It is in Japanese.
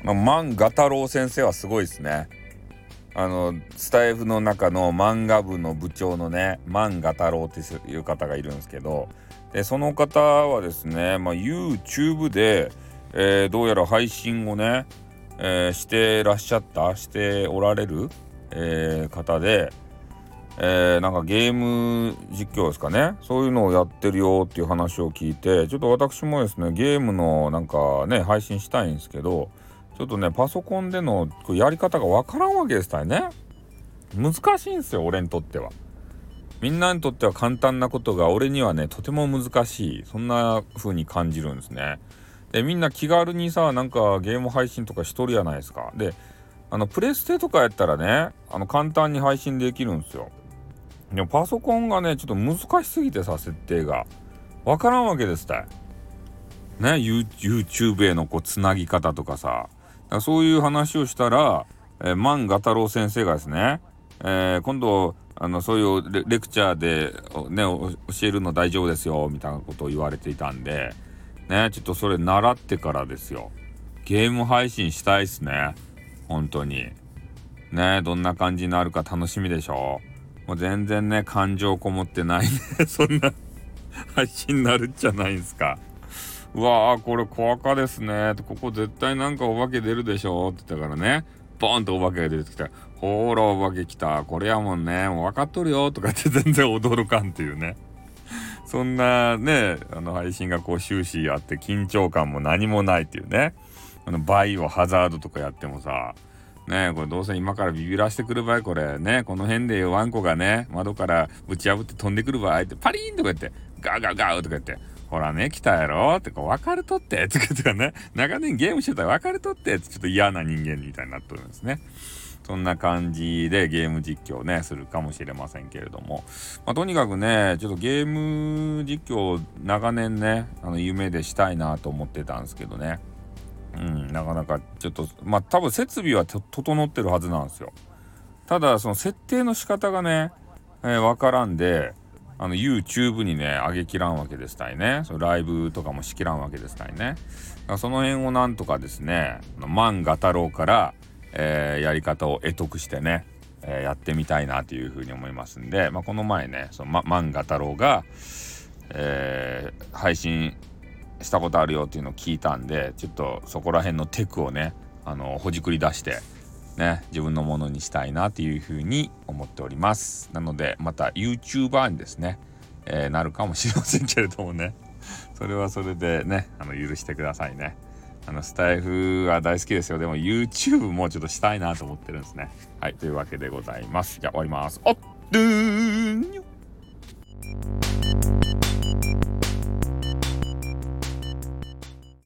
万画太郎先生はすごいですね。スタイフの中の漫画部の部長のね、万画太郎っていう方がいるんですけど、でその方はですね、YouTube で、どうやら配信をね、しておられる、方で、なんかゲーム実況ですかね、そういうのをやってるよっていう話を聞いて、ちょっと私もですねゲームのなんかね配信したいんですけど、ちょっとねパソコンでのやり方がわからんわけですからね。難しいんですよ、俺にとっては。みんなにとっては簡単なことが俺にはねとても難しい、そんな風に感じるんですね。でみんな気軽にさ、なんかゲーム配信とかしとるやないですか。でプレステとかやったらね簡単に配信できるんですよ。でもパソコンがねちょっと難しすぎてさ、設定がわからんわけですたいね。YouTube へのつなぎ方とかさ、だからそういう話をしたら、万画太郎先生がですね、今度そういうレクチャーでね教えるの大丈夫ですよみたいなことを言われていたんでね、ちょっとそれ習ってからですよ、ゲーム配信したいっすね。本当にね、どんな感じになるか楽しみでしょ。もう全然ね感情こもってないねそんな配信になるんじゃないんすか。うわーこれ怖かですね、ここ絶対なんかお化け出るでしょって言ったからね、ボーンとお化けが出てきた。ほーらお化け来た、これやもんね、もう分かっとるよとかって全然驚かんっていうね、そんなね配信が終始あって緊張感も何もないっていうね。バイオハザードとかやってもさね、これどうせ今からビビらしてくる場合、これねこの辺でワンコがね窓からぶち破って飛んでくる場合ってパリーンとか言ってガーガーガーとか言って、ほらね来たやろって分かるとってとか言ってね、長年ゲームしてたら分かるとってってちょっと嫌な人間みたいになってるんですね。そんな感じでゲーム実況をねするかもしれませんけれども、とにかくねちょっとゲーム実況を長年ね夢でしたいなと思ってたんですけどね、なかなかちょっと多分設備は整ってるはずなんですよ。ただその設定の仕方がねわからんで、YouTube にね上げきらんわけですたいね。そのライブとかもしきらんわけですたいね。だからその辺をなんとかですね万画太郎から、やり方を得得してね、やってみたいなというふうに思いますんで、この前ねその、万画太郎が、配信したことあるよっていうのを聞いたんで、ちょっとそこら辺のテクをねほじくり出してね自分のものにしたいなっていうふうに思っております。なのでまた YouTuber にですね、なるかもしれませんけれどもね、それはそれでね許してくださいね。スタイフは大好きですよ。でも YouTube もちょっとしたいなと思ってるんですね。はい、というわけでございます。じゃあ終わります。おっどーん